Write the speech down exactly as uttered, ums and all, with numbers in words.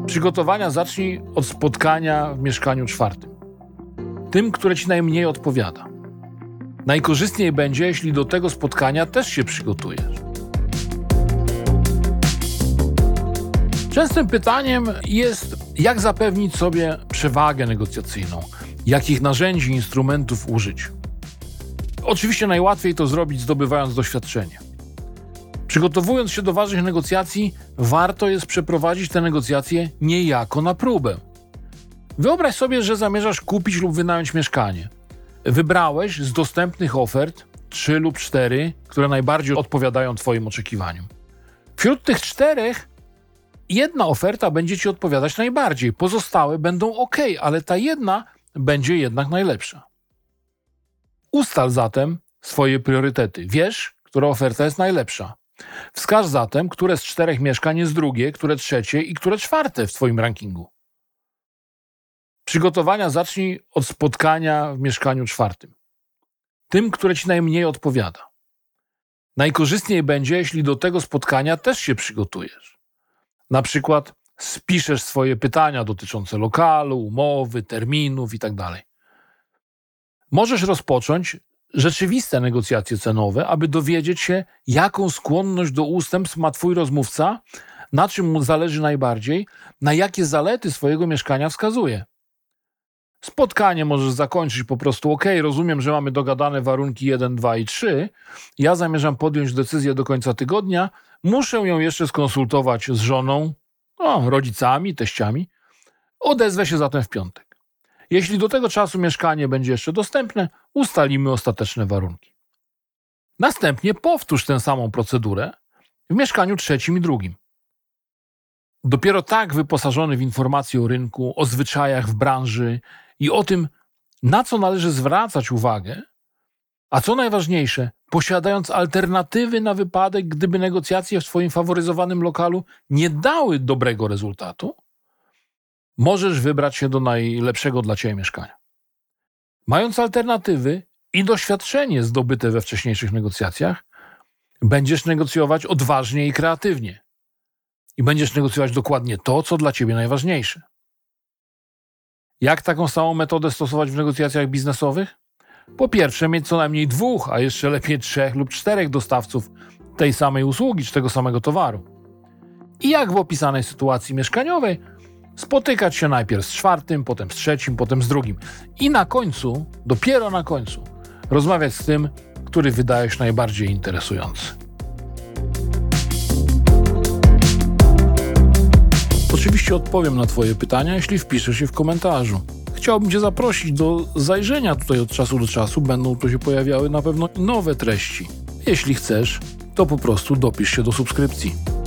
Przygotowania zacznij od spotkania w mieszkaniu czwartym. Tym, które ci najmniej odpowiada. Najkorzystniej będzie, jeśli do tego spotkania też się przygotujesz. Częstym pytaniem jest, jak zapewnić sobie przewagę negocjacyjną, jakich narzędzi i instrumentów użyć. Oczywiście najłatwiej to zrobić, zdobywając doświadczenie. Przygotowując się do ważnych negocjacji, warto jest przeprowadzić te negocjacje niejako na próbę. Wyobraź sobie, że zamierzasz kupić lub wynająć mieszkanie. Wybrałeś z dostępnych ofert trzy lub cztery, które najbardziej odpowiadają Twoim oczekiwaniom. Wśród tych czterech jedna oferta będzie Ci odpowiadać najbardziej, pozostałe będą ok, ale ta jedna będzie jednak najlepsza. Ustal zatem swoje priorytety. Wiesz, która oferta jest najlepsza. Wskaż zatem, które z czterech mieszkań jest drugie, które trzecie i które czwarte w Twoim rankingu. Przygotowania zacznij od spotkania w mieszkaniu czwartym. Tym, które Ci najmniej odpowiada. Najkorzystniej będzie, jeśli do tego spotkania też się przygotujesz. Na przykład spiszesz swoje pytania dotyczące lokalu, umowy, terminów itd. Możesz rozpocząć rzeczywiste negocjacje cenowe, aby dowiedzieć się, jaką skłonność do ustępstw ma Twój rozmówca, na czym mu zależy najbardziej, na jakie zalety swojego mieszkania wskazuje. Spotkanie możesz zakończyć po prostu ok, rozumiem, że mamy dogadane warunki jeden, dwa i trzy. Ja zamierzam podjąć decyzję do końca tygodnia. Muszę ją jeszcze skonsultować z żoną, no, rodzicami, teściami. Odezwę się zatem w piątek. Jeśli do tego czasu mieszkanie będzie jeszcze dostępne, ustalimy ostateczne warunki. Następnie powtórz tę samą procedurę w mieszkaniu trzecim i drugim. Dopiero tak wyposażony w informacje o rynku, o zwyczajach w branży i o tym, na co należy zwracać uwagę, a co najważniejsze, posiadając alternatywy na wypadek, gdyby negocjacje w Twoim faworyzowanym lokalu nie dały dobrego rezultatu, możesz wybrać się do najlepszego dla Ciebie mieszkania. Mając alternatywy i doświadczenie zdobyte we wcześniejszych negocjacjach, będziesz negocjować odważnie i kreatywnie. I będziesz negocjować dokładnie to, co dla Ciebie najważniejsze. Jak taką samą metodę stosować w negocjacjach biznesowych? Po pierwsze, mieć co najmniej dwóch, a jeszcze lepiej trzech lub czterech dostawców tej samej usługi czy tego samego towaru. I jak w opisanej sytuacji mieszkaniowej, spotykać się najpierw z czwartym, potem z trzecim, potem z drugim. I na końcu, dopiero na końcu, rozmawiać z tym, który wydaje się najbardziej interesujący. Oczywiście odpowiem na Twoje pytania, jeśli wpiszesz je w komentarzu. Chciałbym Cię zaprosić do zajrzenia tutaj od czasu do czasu. Będą tu się pojawiały na pewno nowe treści. Jeśli chcesz, to po prostu dopisz się do subskrypcji.